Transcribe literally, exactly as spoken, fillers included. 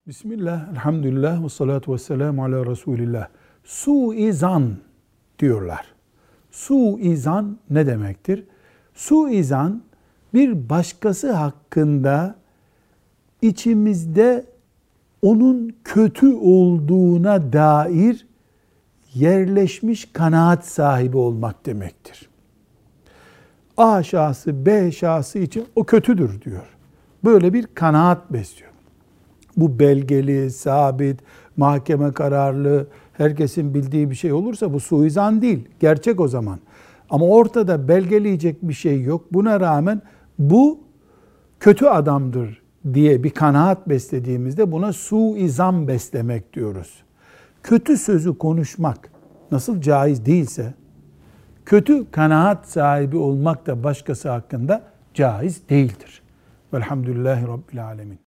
Bismillah, elhamdülillah ve salatu ve selamu ala Resulillah. Suizan diyorlar. Suizan ne demektir? Suizan bir başkası hakkında içimizde onun kötü olduğuna dair yerleşmiş kanaat sahibi olmak demektir. A şahsı B şahsı için o kötüdür diyor. Böyle bir kanaat besliyor. Bu belgeli, sabit, mahkeme kararlı, herkesin bildiği bir şey olursa bu suizan değil. Gerçek o zaman. Ama ortada belgeleyecek bir şey yok. Buna rağmen bu kötü adamdır diye bir kanaat beslediğimizde buna suizan beslemek diyoruz. Kötü sözü konuşmak nasıl caiz değilse, kötü kanaat sahibi olmak da başkası hakkında caiz değildir. Velhamdülillahi Rabbil Alemin.